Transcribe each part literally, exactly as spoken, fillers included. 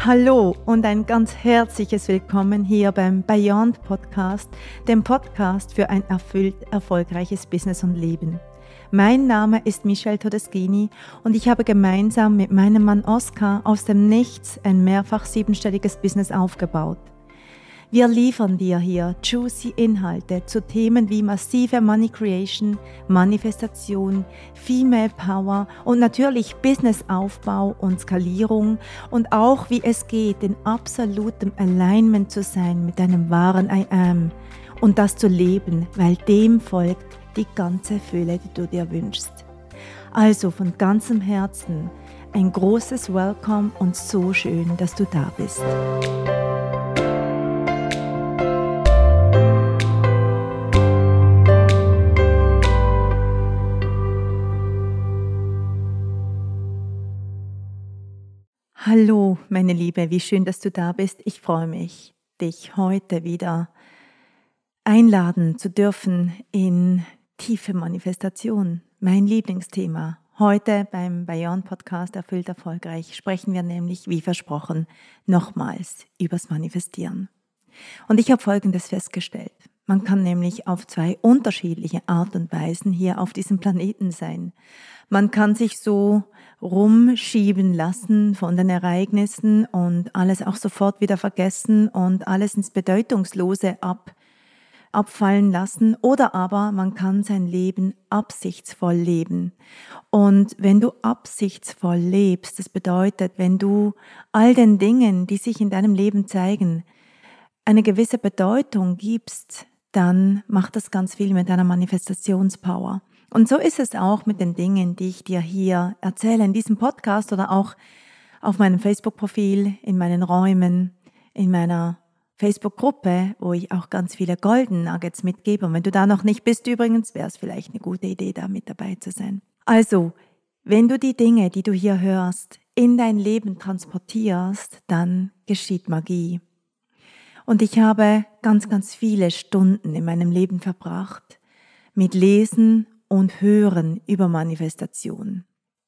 Hallo und ein ganz herzliches Willkommen hier beim Beyond Podcast, dem Podcast für ein erfüllt erfolgreiches Business und Leben. Mein Name ist Michelle Todeschini und ich habe gemeinsam mit meinem Mann Oskar aus dem Nichts ein mehrfach siebenstelliges Business aufgebaut. Wir liefern dir hier juicy Inhalte zu Themen wie massive Money Creation, Manifestation, Female Power und natürlich Businessaufbau und Skalierung und auch wie es geht, in absolutem Alignment zu sein mit deinem wahren I Am und das zu leben, weil dem folgt die ganze Fülle, die du dir wünschst. Also von ganzem Herzen ein großes Welcome und so schön, dass du da bist. Hallo, meine Liebe, wie schön, dass du da bist. Ich freue mich, dich heute wieder einladen zu dürfen in tiefe Manifestation, mein Lieblingsthema. Heute beim Beyond Podcast Erfüllt Erfolgreich sprechen wir nämlich, wie versprochen, nochmals übers Manifestieren. Und ich habe Folgendes festgestellt. Man kann nämlich auf zwei unterschiedliche Art und Weisen hier auf diesem Planeten sein. Man kann sich so rumschieben lassen von den Ereignissen und alles auch sofort wieder vergessen und alles ins Bedeutungslose ab, abfallen lassen. Oder aber man kann sein Leben absichtsvoll leben. Und wenn du absichtsvoll lebst, das bedeutet, wenn du all den Dingen, die sich in deinem Leben zeigen, eine gewisse Bedeutung gibst, dann macht das ganz viel mit deiner Manifestationspower. Und so ist es auch mit den Dingen, die ich dir hier erzähle in diesem Podcast oder auch auf meinem Facebook-Profil, in meinen Räumen, in meiner Facebook-Gruppe, wo ich auch ganz viele Golden Nuggets mitgebe. Und wenn du da noch nicht bist übrigens, wäre es vielleicht eine gute Idee, da mit dabei zu sein. Also, wenn du die Dinge, die du hier hörst, in dein Leben transportierst, dann geschieht Magie. Und ich habe ganz, ganz viele Stunden in meinem Leben verbracht mit Lesen und Hören über Manifestation.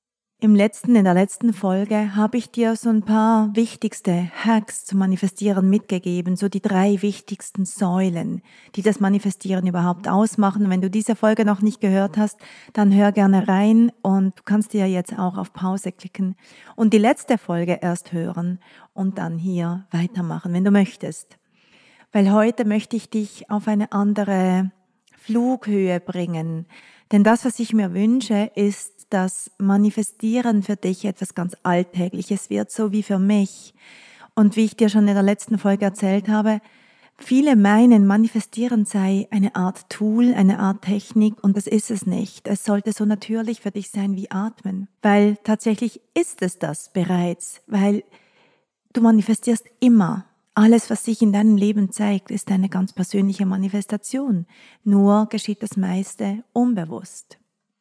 Im letzten, in der letzten Folge habe ich dir so ein paar wichtigste Hacks zum Manifestieren mitgegeben, so die drei wichtigsten Säulen, die das Manifestieren überhaupt ausmachen. Wenn du diese Folge noch nicht gehört hast, dann hör gerne rein und du kannst dir jetzt auch auf Pause klicken und die letzte Folge erst hören und dann hier weitermachen, wenn du möchtest. Weil heute möchte ich dich auf eine andere Flughöhe bringen. Denn das, was ich mir wünsche, ist, dass Manifestieren für dich etwas ganz Alltägliches wird, so wie für mich. Und wie ich dir schon in der letzten Folge erzählt habe, viele meinen, Manifestieren sei eine Art Tool, eine Art Technik und das ist es nicht. Es sollte so natürlich für dich sein wie Atmen. Weil tatsächlich ist es das bereits, weil du manifestierst immer. Alles, was sich in deinem Leben zeigt, ist eine ganz persönliche Manifestation. Nur geschieht das meiste unbewusst.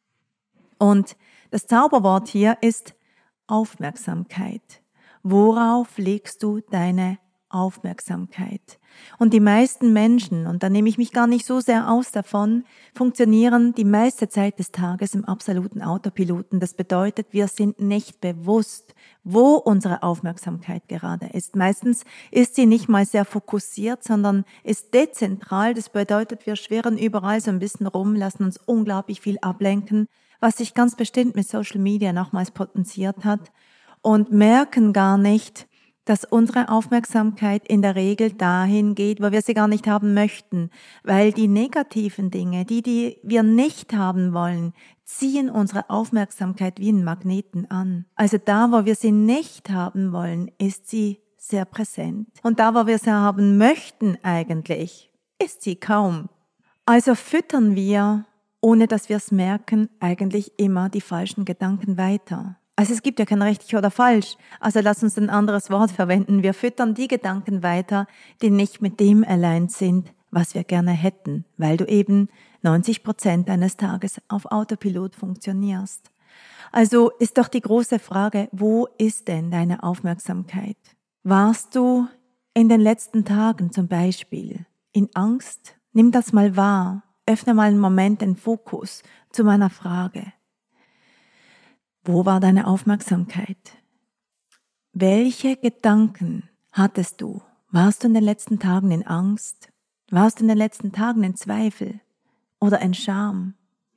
Und das Zauberwort hier ist Aufmerksamkeit. Worauf legst du deine Aufmerksamkeit? Und die meisten Menschen, und da nehme ich mich gar nicht so sehr aus davon, funktionieren die meiste Zeit des Tages im absoluten Autopiloten. Das bedeutet, wir sind nicht bewusst, wo unsere Aufmerksamkeit gerade ist. Meistens ist sie nicht mal sehr fokussiert, sondern ist dezentral. Das bedeutet, wir schwirren überall so ein bisschen rum, lassen uns unglaublich viel ablenken, was sich ganz bestimmt mit Social Media nochmals potenziert hat und merken gar nicht, dass unsere Aufmerksamkeit in der Regel dahin geht, wo wir sie gar nicht haben möchten, weil die negativen Dinge, die, die wir nicht haben wollen, ziehen unsere Aufmerksamkeit wie einen Magneten an. Also da, wo wir sie nicht haben wollen, ist sie sehr präsent. Und da, wo wir sie haben möchten eigentlich, ist sie kaum. Also füttern wir, ohne dass wir es merken, eigentlich immer die falschen Gedanken weiter. Also es gibt ja kein richtig oder falsch, also lass uns ein anderes Wort verwenden. Wir füttern die Gedanken weiter, die nicht mit dem allein sind, was wir gerne hätten, weil du eben neunzig Prozent deines Tages auf Autopilot funktionierst. Also ist doch die große Frage, wo ist denn deine Aufmerksamkeit? Warst du in den letzten Tagen zum Beispiel in Angst? Nimm das mal wahr, öffne mal einen Moment den Fokus zu meiner Frage. Wo war deine Aufmerksamkeit? welche Gedanken hattest du? Warst du in den letzten Tagen in Angst? Warst du in den letzten Tagen in Zweifel oder in Scham?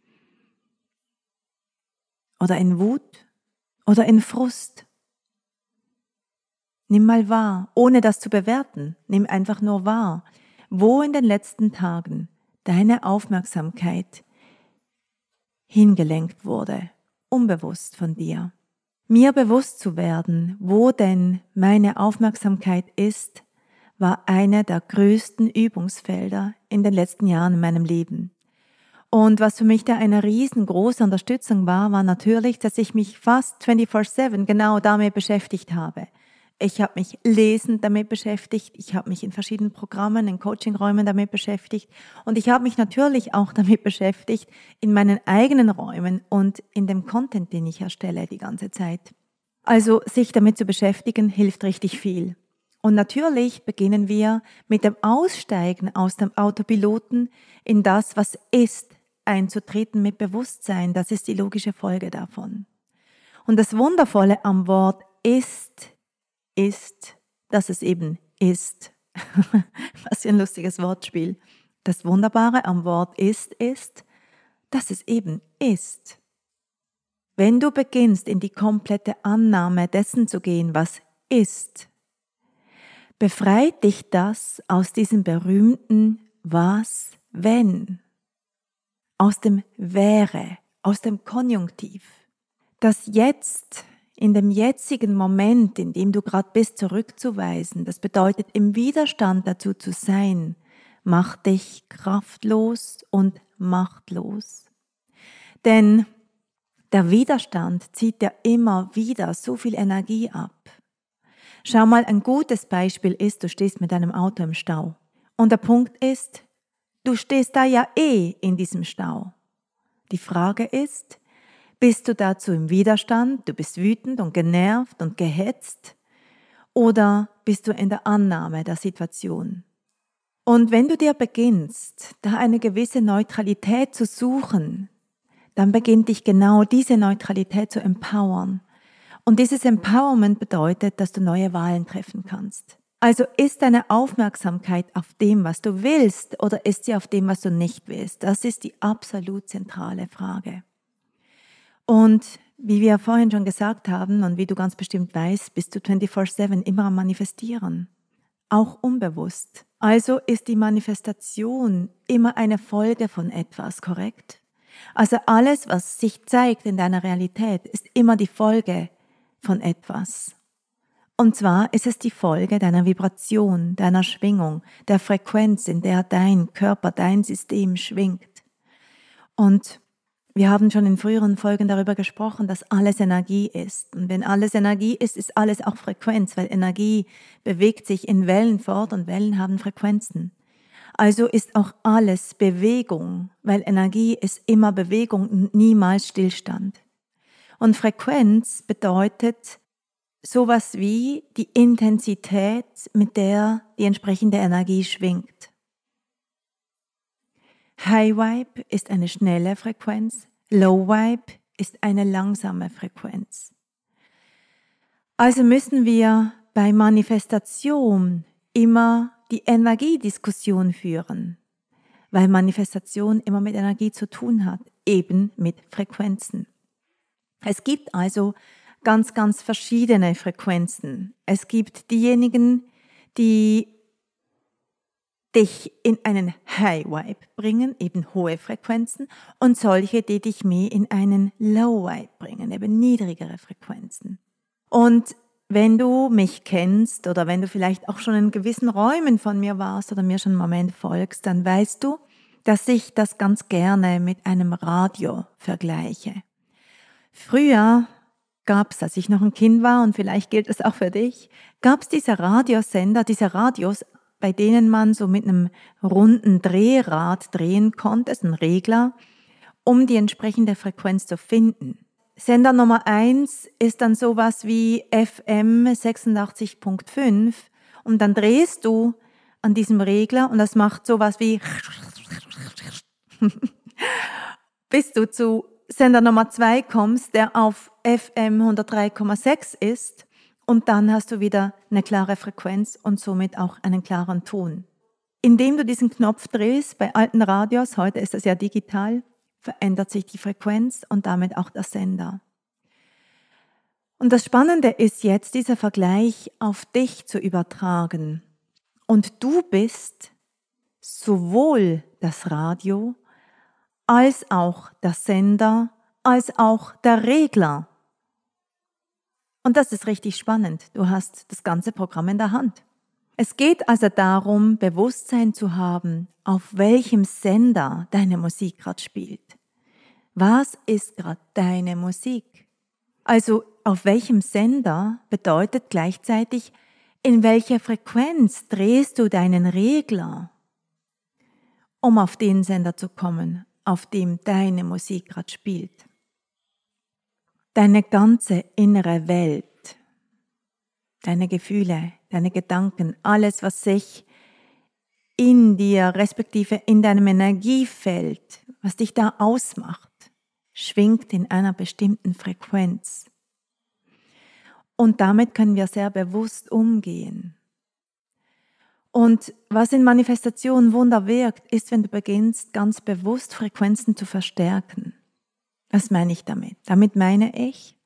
Oder in Wut oder in Frust? Nimm mal wahr, ohne das zu bewerten. Nimm einfach nur wahr, wo in den letzten Tagen deine Aufmerksamkeit hingelenkt wurde, unbewusst von dir. Mir bewusst zu werden, wo denn meine Aufmerksamkeit ist, war eine der größten Übungsfelder in den letzten Jahren in meinem Leben. Und was für mich da eine riesengroße Unterstützung war, war natürlich, dass ich mich fast vierundzwanzig sieben genau damit beschäftigt habe. Ich habe mich lesend damit beschäftigt, ich habe mich in verschiedenen Programmen, in Coachingräumen damit beschäftigt und ich habe mich natürlich auch damit beschäftigt in meinen eigenen Räumen und in dem Content, den ich erstelle die ganze Zeit. Also sich damit zu beschäftigen, hilft richtig viel. Und natürlich beginnen wir mit dem Aussteigen aus dem Autopiloten in das, was ist, einzutreten mit Bewusstsein. Das ist die logische Folge davon. Und das Wundervolle am Wort ist, ist, dass es eben ist. Was für ein lustiges Wortspiel. Das Wunderbare am Wort ist, ist, dass es eben ist. Wenn du beginnst, in die komplette Annahme dessen zu gehen, was ist, befreit dich das aus diesem berühmten Was, wenn, aus dem Wäre, aus dem Konjunktiv. Das Jetzt, in dem jetzigen Moment, in dem du gerade bist, zurückzuweisen, das bedeutet, im Widerstand dazu zu sein, macht dich kraftlos und machtlos. Denn der Widerstand zieht dir immer wieder so viel Energie ab. Schau mal, ein gutes Beispiel ist, du stehst mit deinem Auto im Stau. Und der Punkt ist, du stehst da ja eh in diesem Stau. Die Frage ist, bist du dazu im Widerstand, du bist wütend und genervt und gehetzt, oder bist du in der Annahme der Situation? Und wenn du dir beginnst, da eine gewisse Neutralität zu suchen, dann beginnt dich genau diese Neutralität zu empowern. Und dieses Empowerment bedeutet, dass du neue Wahlen treffen kannst. Also ist deine Aufmerksamkeit auf dem, was du willst, oder ist sie auf dem, was du nicht willst? Das ist die absolut zentrale Frage. Und wie wir vorhin schon gesagt haben und wie du ganz bestimmt weißt, bist du vierundzwanzig sieben immer am Manifestieren, auch unbewusst. Also ist die Manifestation immer eine Folge von etwas, korrekt? Also alles, was sich zeigt in deiner Realität, ist immer die Folge von etwas. Und zwar ist es die Folge deiner Vibration, deiner Schwingung, der Frequenz, in der dein Körper, dein System schwingt. Und wir haben schon in früheren Folgen darüber gesprochen, dass alles Energie ist. Und wenn alles Energie ist, ist alles auch Frequenz, weil Energie bewegt sich in Wellen fort und Wellen haben Frequenzen. Also ist auch alles Bewegung, weil Energie ist immer Bewegung und niemals Stillstand. Und Frequenz bedeutet sowas wie die Intensität, mit der die entsprechende Energie schwingt. High Vibe ist eine schnelle Frequenz, Low Vibe ist eine langsame Frequenz. Also müssen wir bei Manifestation immer die Energiediskussion führen, weil Manifestation immer mit Energie zu tun hat, eben mit Frequenzen. Es gibt also ganz, ganz verschiedene Frequenzen. Es gibt diejenigen, die dich in einen High Vibe bringen, eben hohe Frequenzen, und solche, die dich mehr in einen Low Vibe bringen, eben niedrigere Frequenzen. Und wenn du mich kennst oder wenn du vielleicht auch schon in gewissen Räumen von mir warst oder mir schon einen Moment folgst, dann weißt du, dass ich das ganz gerne mit einem Radio vergleiche. Früher gab es, als ich noch ein Kind war, und vielleicht gilt es auch für dich, gab es diese Radiosender, diese Radios, bei denen man so mit einem runden Drehrad drehen konnte, ist ein Regler, um die entsprechende Frequenz zu finden. Sender Nummer eins ist dann sowas wie F M sechsundachtzig Komma fünf und dann drehst du an diesem Regler und das macht sowas wie bis du zu Sender Nummer zwei kommst, der auf F M hundertdrei Komma sechs ist, Und dann hast du wieder eine klare Frequenz und somit auch einen klaren Ton. Indem du diesen Knopf drehst, bei alten Radios, heute ist das ja digital, verändert sich die Frequenz und damit auch der Sender. Und das Spannende ist jetzt, dieser Vergleich auf dich zu übertragen. Und du bist sowohl das Radio, als auch der Sender, als auch der Regler. Und das ist richtig spannend. Du hast das ganze Programm in der Hand. Es geht also darum, Bewusstsein zu haben, auf welchem Sender deine Musik gerade spielt. Was ist gerade deine Musik? Also auf welchem Sender bedeutet gleichzeitig, in welcher Frequenz drehst du deinen Regler, um auf den Sender zu kommen, auf dem deine Musik gerade spielt. Deine ganze innere Welt, deine Gefühle, deine Gedanken, alles, was sich in dir, respektive in deinem Energiefeld, was dich da ausmacht, schwingt in einer bestimmten Frequenz. Und damit können wir sehr bewusst umgehen. Und was in Manifestation Wunder wirkt, ist, wenn du beginnst, ganz bewusst Frequenzen zu verstärken. Was meine ich damit? Damit meine ich,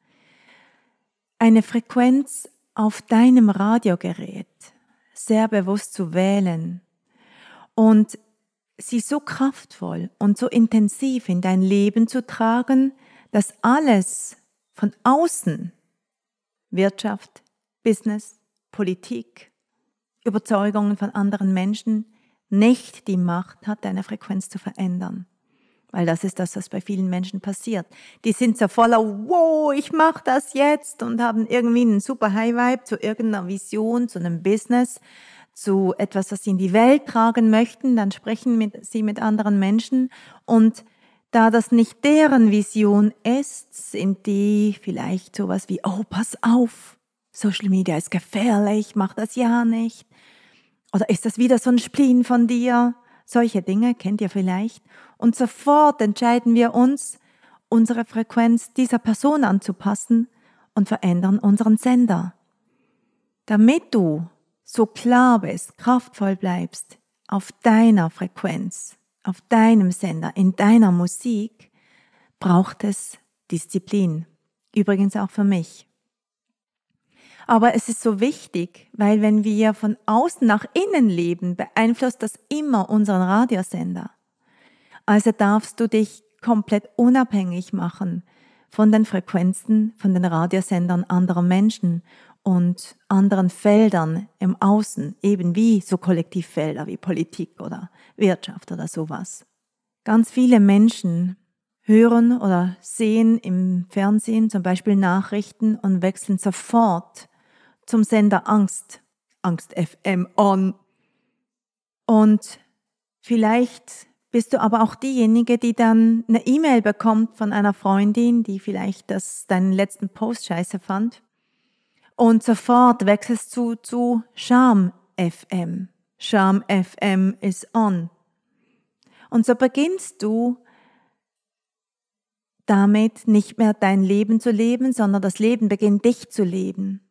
eine Frequenz auf deinem Radiogerät sehr bewusst zu wählen und sie so kraftvoll und so intensiv in dein Leben zu tragen, dass alles von außen, Wirtschaft, Business, Politik, Überzeugungen von anderen Menschen, nicht die Macht hat, deine Frequenz zu verändern. Weil das ist das, was bei vielen Menschen passiert. Die sind so voller, wow, ich mache das jetzt und haben irgendwie einen super High-Vibe zu irgendeiner Vision, zu einem Business, zu etwas, was sie in die Welt tragen möchten. Dann sprechen mit, sie mit anderen Menschen und da das nicht deren Vision ist, sind die vielleicht sowas wie, oh, pass auf, Social Media ist gefährlich, mach das ja nicht. Oder ist das wieder so ein Spleen von dir? Solche Dinge kennt ihr vielleicht. Und sofort entscheiden wir uns, unsere Frequenz dieser Person anzupassen und verändern unseren Sender. Damit du so klar bist, kraftvoll bleibst, auf deiner Frequenz, auf deinem Sender, in deiner Musik, braucht es Disziplin. Übrigens auch für mich. Aber es ist so wichtig, weil wenn wir von außen nach innen leben, beeinflusst das immer unseren Radiosender. Also darfst du dich komplett unabhängig machen von den Frequenzen, von den Radiosendern anderer Menschen und anderen Feldern im Außen, eben wie so Kollektivfelder wie Politik oder Wirtschaft oder sowas. Ganz viele Menschen hören oder sehen im Fernsehen zum Beispiel Nachrichten und wechseln sofort zum Sender Angst, Angst F M on. Und vielleicht bist du aber auch diejenige, die dann eine E-Mail bekommt von einer Freundin, die vielleicht das, deinen letzten Post scheiße fand. Und sofort wechselst du zu Charme F M. Charme F M is on. Und so beginnst du damit nicht mehr dein Leben zu leben, sondern das Leben beginnt dich zu leben.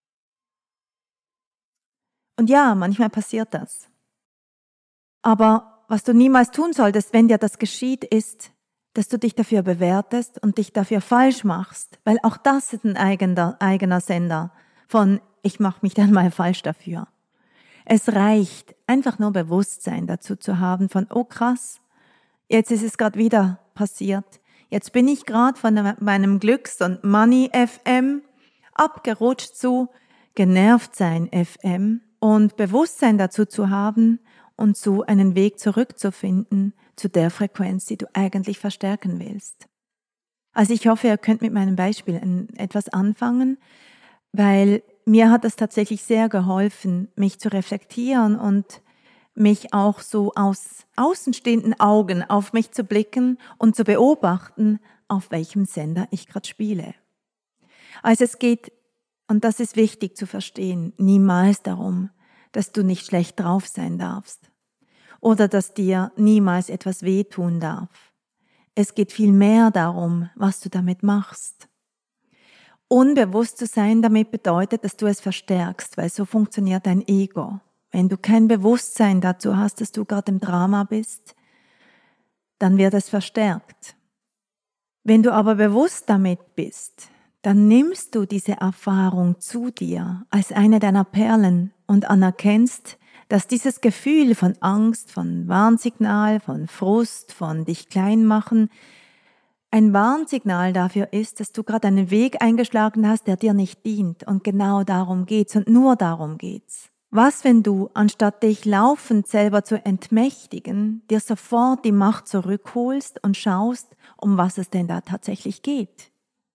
Und ja, manchmal passiert das. Aber was du niemals tun solltest, wenn dir das geschieht, ist, dass du dich dafür bewertest und dich dafür falsch machst, weil auch das ist ein eigener, eigener Sender von ich mache mich dann mal falsch dafür. Es reicht, einfach nur Bewusstsein dazu zu haben von oh krass, jetzt ist es gerade wieder passiert. Jetzt bin ich gerade von meinem Glücks- und Money-F M abgerutscht zu Genervtsein-F M und Bewusstsein dazu zu haben und so einen Weg zurückzufinden zu der Frequenz, die du eigentlich verstärken willst. Also ich hoffe, ihr könnt mit meinem Beispiel etwas anfangen, weil mir hat es tatsächlich sehr geholfen, mich zu reflektieren und mich auch so aus außenstehenden Augen auf mich zu blicken und zu beobachten, auf welchem Sender ich gerade spiele. Also es geht, und das ist wichtig zu verstehen, niemals darum, dass du nicht schlecht drauf sein darfst oder dass dir niemals etwas wehtun darf. Es geht vielmehr darum, was du damit machst. unbewusst zu sein damit bedeutet, dass du es verstärkst, weil so funktioniert dein Ego. Wenn du kein Bewusstsein dazu hast, dass du gerade im Drama bist, dann wird es verstärkt. Wenn du aber bewusst damit bist, dann nimmst du diese Erfahrung zu dir als eine deiner Perlen und anerkennst, dass dieses Gefühl von Angst, von Warnsignal, von Frust, von dich klein machen, ein Warnsignal dafür ist, dass du gerade einen Weg eingeschlagen hast, der dir nicht dient. Und genau darum geht's und nur darum geht's. Was, wenn du, anstatt dich laufend selber zu entmächtigen, dir sofort die Macht zurückholst und schaust, um was es denn da tatsächlich geht?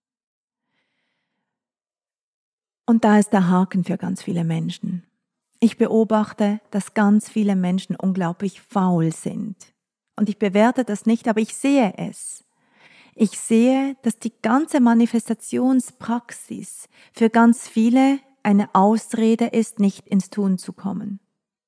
Und da ist der Haken für ganz viele Menschen. Ich beobachte, dass ganz viele Menschen unglaublich faul sind. Und ich bewerte das nicht, aber ich sehe es. Ich sehe, dass die ganze Manifestationspraxis für ganz viele eine Ausrede ist, nicht ins Tun zu kommen.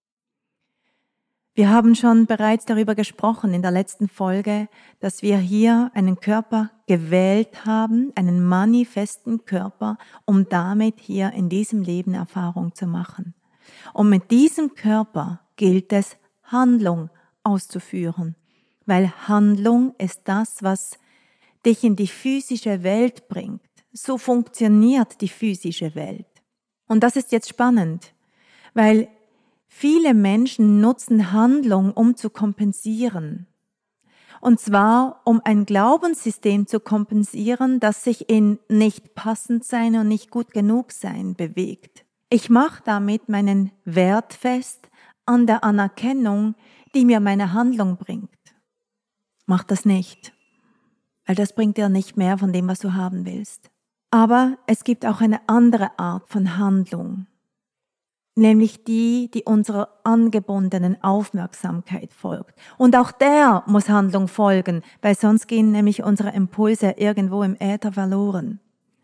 Wir haben schon bereits darüber gesprochen in der letzten Folge, dass wir hier einen Körper gewählt haben, einen manifesten Körper, um damit hier in diesem Leben Erfahrung zu machen. Und mit diesem Körper gilt es, Handlung auszuführen, weil Handlung ist das, was dich in die physische Welt bringt. So funktioniert die physische Welt. Und das ist jetzt spannend, weil viele Menschen nutzen Handlung, um zu kompensieren. Und zwar, um ein Glaubenssystem zu kompensieren, das sich in nicht passend sein und nicht gut genug sein bewegt. Ich mache damit meinen Wert fest an der Anerkennung, die mir meine Handlung bringt. Mach das nicht, weil das bringt dir nicht mehr von dem, was du haben willst. Aber es gibt auch eine andere Art von Handlung, nämlich die, die unserer angebundenen Aufmerksamkeit folgt. Und auch der muss Handlung folgen, weil sonst gehen nämlich unsere Impulse irgendwo im Äther verloren.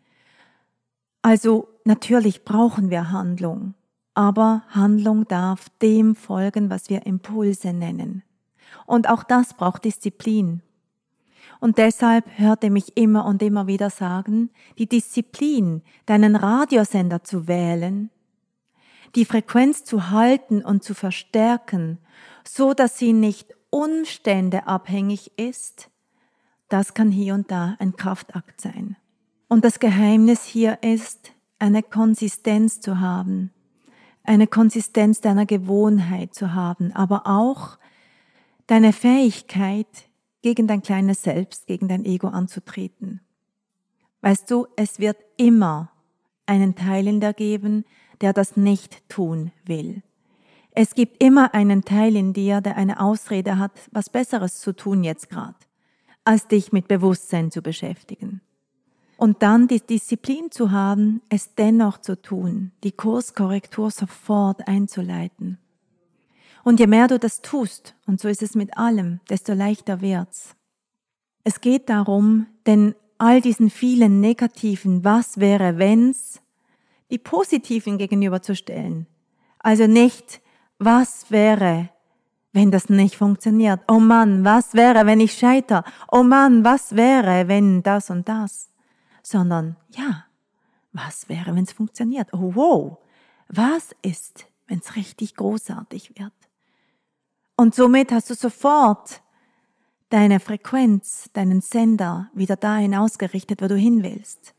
Also natürlich brauchen wir Handlung, aber Handlung darf dem folgen, was wir Impulse nennen. Und auch das braucht Disziplin. Und deshalb hörte mich immer und immer wieder sagen, die Disziplin, deinen Radiosender zu wählen, die Frequenz zu halten und zu verstärken, so dass sie nicht umständeabhängig ist, das kann hier und da ein Kraftakt sein. Und das Geheimnis hier ist, eine Konsistenz zu haben, eine Konsistenz deiner Gewohnheit zu haben, aber auch deine Fähigkeit, gegen dein kleines Selbst, gegen dein Ego anzutreten. Weißt du, es wird immer einen Teil in dir geben, der das nicht tun will. Es gibt immer einen Teil in dir, der eine Ausrede hat, was Besseres zu tun jetzt gerade, als dich mit Bewusstsein zu beschäftigen. Und dann die Disziplin zu haben, es dennoch zu tun, die Kurskorrektur sofort einzuleiten. Und je mehr du das tust, und so ist es mit allem, desto leichter wird's. Es geht darum, denn all diesen vielen negativen Was wäre wenn's, die positiven gegenüberzustellen. Also nicht, was wäre, wenn das nicht funktioniert? Oh Mann, was wäre, wenn ich scheitere? Oh Mann, was wäre, wenn das und das? Sondern, ja, was wäre, wenn es funktioniert? Oh wow, was ist, wenn es richtig großartig wird? Und somit hast du sofort deine Frequenz, deinen Sender wieder dahin ausgerichtet, wo du hin willst.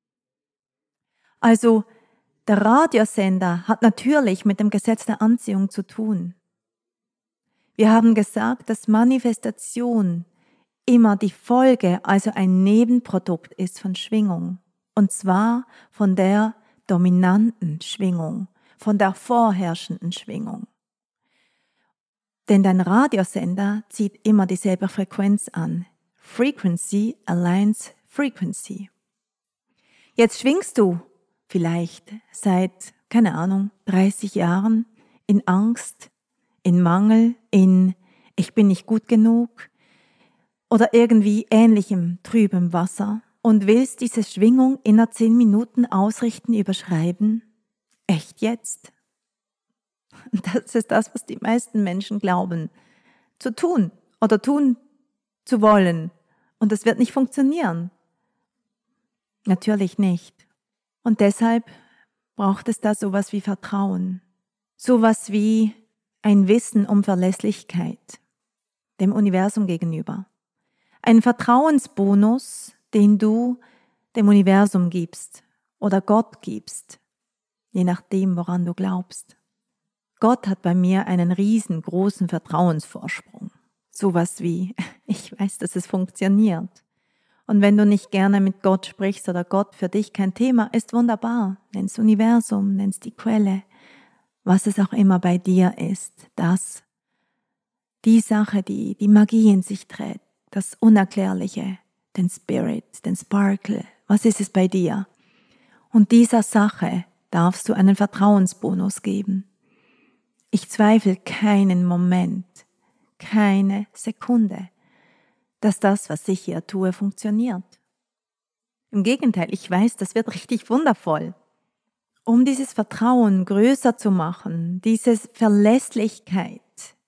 Also der Radiosender hat natürlich mit dem Gesetz der Anziehung zu tun. Wir haben gesagt, dass Manifestation immer die Folge, also ein Nebenprodukt ist von Schwingung. Und zwar von der dominanten Schwingung, von der vorherrschenden Schwingung. Denn dein Radiosender zieht immer dieselbe Frequenz an. Frequency aligns frequency. Jetzt schwingst du vielleicht seit, keine Ahnung, dreißig Jahren in Angst, in Mangel, in ich bin nicht gut genug oder irgendwie ähnlichem trübem Wasser und willst diese Schwingung innerhalb zehn Minuten ausrichten, überschreiben. Echt jetzt? Das ist das, was die meisten Menschen glauben, zu tun oder tun zu wollen. Und das wird nicht funktionieren. Natürlich nicht. Und deshalb braucht es da sowas wie Vertrauen, sowas wie ein Wissen um Verlässlichkeit dem Universum gegenüber. Ein Vertrauensbonus, den du dem Universum gibst oder Gott gibst, je nachdem, woran du glaubst. Gott hat bei mir einen riesengroßen Vertrauensvorsprung. Sowas wie, ich weiß, dass es funktioniert. Und wenn du nicht gerne mit Gott sprichst oder Gott für dich kein Thema ist, wunderbar. Nenn's Universum, nenn's die Quelle, was es auch immer bei dir ist. Das, die Sache, die die Magie in sich trägt, das Unerklärliche, den Spirit, den Sparkle. Was ist es bei dir? Und dieser Sache darfst du einen Vertrauensbonus geben. Ich zweifle keinen Moment, keine Sekunde, dass das, was ich hier tue, funktioniert. Im Gegenteil, ich weiß, das wird richtig wundervoll. Um dieses Vertrauen größer zu machen, diese Verlässlichkeit,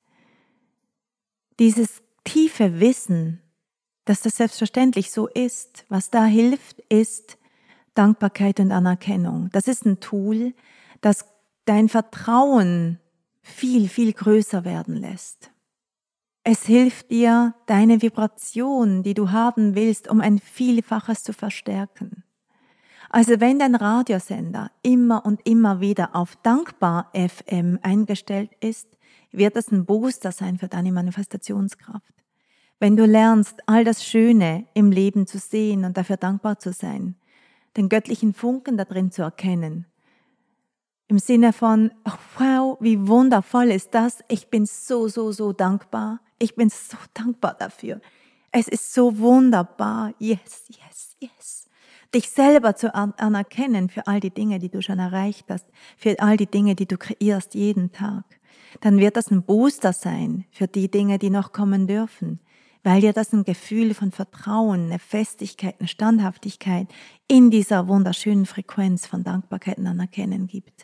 dieses tiefe Wissen, dass das selbstverständlich so ist, was da hilft, ist Dankbarkeit und Anerkennung. Das ist ein Tool, das dein Vertrauen viel, viel größer werden lässt. Es hilft dir, deine Vibration, die du haben willst, um ein Vielfaches zu verstärken. Also wenn dein Radiosender immer und immer wieder auf Dankbar F M eingestellt ist, wird das ein Booster sein für deine Manifestationskraft. Wenn du lernst, all das Schöne im Leben zu sehen und dafür dankbar zu sein, den göttlichen Funken da drin zu erkennen, im Sinne von, oh wow, wie wundervoll ist das, ich bin so, so, so dankbar, ich bin so dankbar dafür. Es ist so wunderbar, yes, yes, yes. Dich selber zu anerkennen für all die Dinge, die du schon erreicht hast, für all die Dinge, die du kreierst jeden Tag. Dann wird das ein Booster sein für die Dinge, die noch kommen dürfen, weil dir das ein Gefühl von Vertrauen, eine Festigkeit, eine Standhaftigkeit in dieser wunderschönen Frequenz von Dankbarkeit und Anerkennen gibt.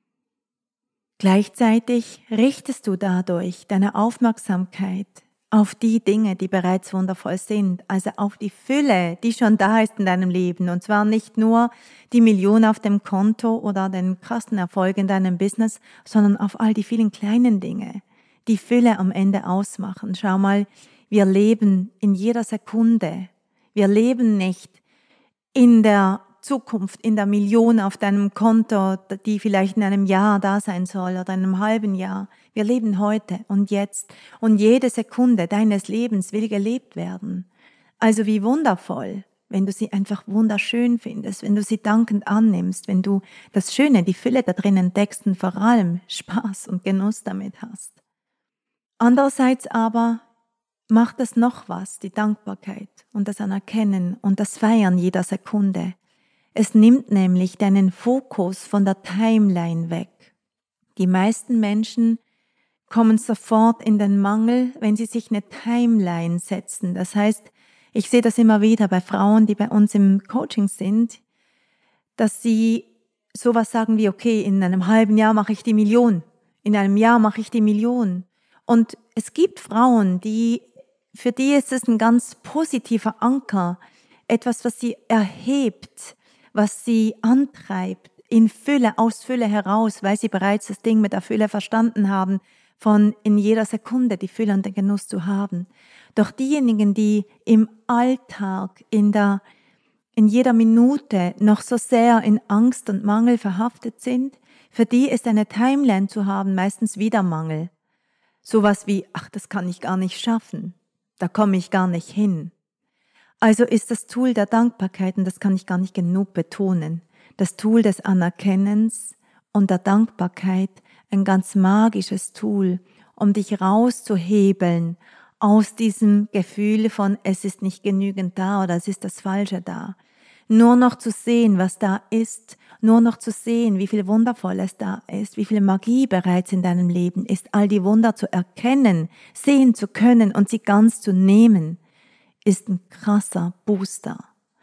Gleichzeitig richtest du dadurch deine Aufmerksamkeit auf die Dinge, die bereits wundervoll sind, also auf die Fülle, die schon da ist in deinem Leben. Und zwar nicht nur die Million auf dem Konto oder den krassen Erfolg in deinem Business, sondern auf all die vielen kleinen Dinge, die Fülle am Ende ausmachen. Schau mal, wir leben in jeder Sekunde. Wir leben nicht in der Zukunft, in der Million auf deinem Konto, die vielleicht in einem Jahr da sein soll oder in einem halben Jahr. Wir leben heute und jetzt und jede Sekunde deines Lebens will gelebt werden. Also wie wundervoll, wenn du sie einfach wunderschön findest, wenn du sie dankend annimmst, wenn du das Schöne, die Fülle da drin entdeckst und vor allem Spaß und Genuss damit hast. Andererseits aber macht das noch was, die Dankbarkeit und das Anerkennen und das Feiern jeder Sekunde. Es nimmt nämlich deinen Fokus von der Timeline weg. Die meisten Menschen kommen sofort in den Mangel, wenn sie sich eine Timeline setzen. Das heißt, ich sehe das immer wieder bei Frauen, die bei uns im Coaching sind, dass sie sowas sagen wie, okay, in einem halben Jahr mache ich die Million, in einem Jahr mache ich die Million. Und es gibt Frauen, die, für die ist es ein ganz positiver Anker, etwas, was sie erhebt, was sie antreibt, in Fülle, aus Fülle heraus, weil sie bereits das Ding mit der Fülle verstanden haben, von in jeder Sekunde die Fülle und den Genuss zu haben. Doch diejenigen, die im Alltag, in der, in jeder Minute noch so sehr in Angst und Mangel verhaftet sind, für die ist eine Timeline zu haben meistens wieder Mangel. Sowas wie, ach, das kann ich gar nicht schaffen, da komme ich gar nicht hin. Also ist das Tool der Dankbarkeit, und das kann ich gar nicht genug betonen, das Tool des Anerkennens und der Dankbarkeit ein ganz magisches Tool, um dich rauszuhebeln aus diesem Gefühl von, es ist nicht genügend da oder es ist das Falsche da. Nur noch zu sehen, was da ist, nur noch zu sehen, wie viel Wundervolles da ist, wie viel Magie bereits in deinem Leben ist, all die Wunder zu erkennen, sehen zu können und sie ganz zu nehmen, ist ein krasser Booster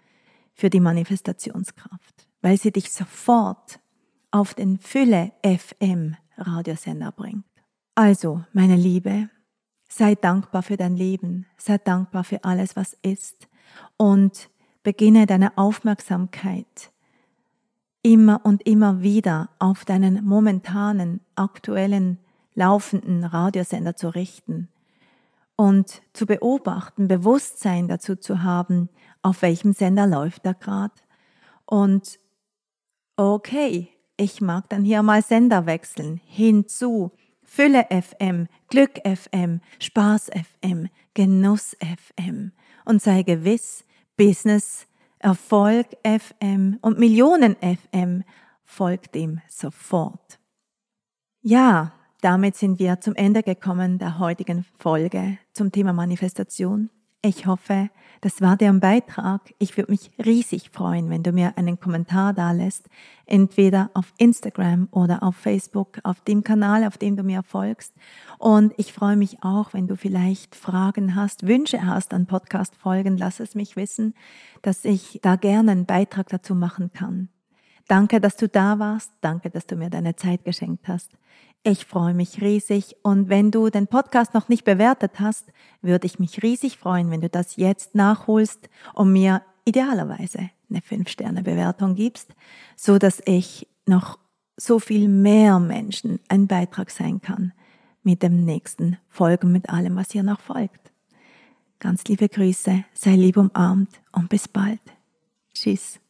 für die Manifestationskraft, weil sie dich sofort auf den Fülle-F M-Radiosender bringt. Also, meine Liebe, sei dankbar für dein Leben, sei dankbar für alles, was ist und beginne deine Aufmerksamkeit immer und immer wieder auf deinen momentanen, aktuellen, laufenden Radiosender zu richten und zu beobachten, Bewusstsein dazu zu haben, auf welchem Sender läuft er gerade. Und okay, ich mag dann hier mal Sender wechseln, hinzu Fülle F M, Glück F M, Spaß F M, Genuss F M und sei gewiss, Business, Erfolg F M und Millionen F M folgt ihm sofort. Ja, damit sind wir zum Ende gekommen der heutigen Folge zum Thema Manifestation. Ich hoffe, das war dir ein Beitrag. Ich würde mich riesig freuen, wenn du mir einen Kommentar da lässt, entweder auf Instagram oder auf Facebook, auf dem Kanal, auf dem du mir folgst. Und ich freue mich auch, wenn du vielleicht Fragen hast, Wünsche hast an Podcast-Folgen, lass es mich wissen, dass ich da gerne einen Beitrag dazu machen kann. Danke, dass du da warst. Danke, dass du mir deine Zeit geschenkt hast. Ich freue mich riesig und wenn du den Podcast noch nicht bewertet hast, würde ich mich riesig freuen, wenn du das jetzt nachholst und mir idealerweise eine fünf Sterne Bewertung gibst, so dass ich noch so viel mehr Menschen ein Beitrag sein kann mit dem nächsten Folgen, mit allem, was hier noch folgt. Ganz liebe Grüße, sei lieb umarmt und bis bald. Tschüss.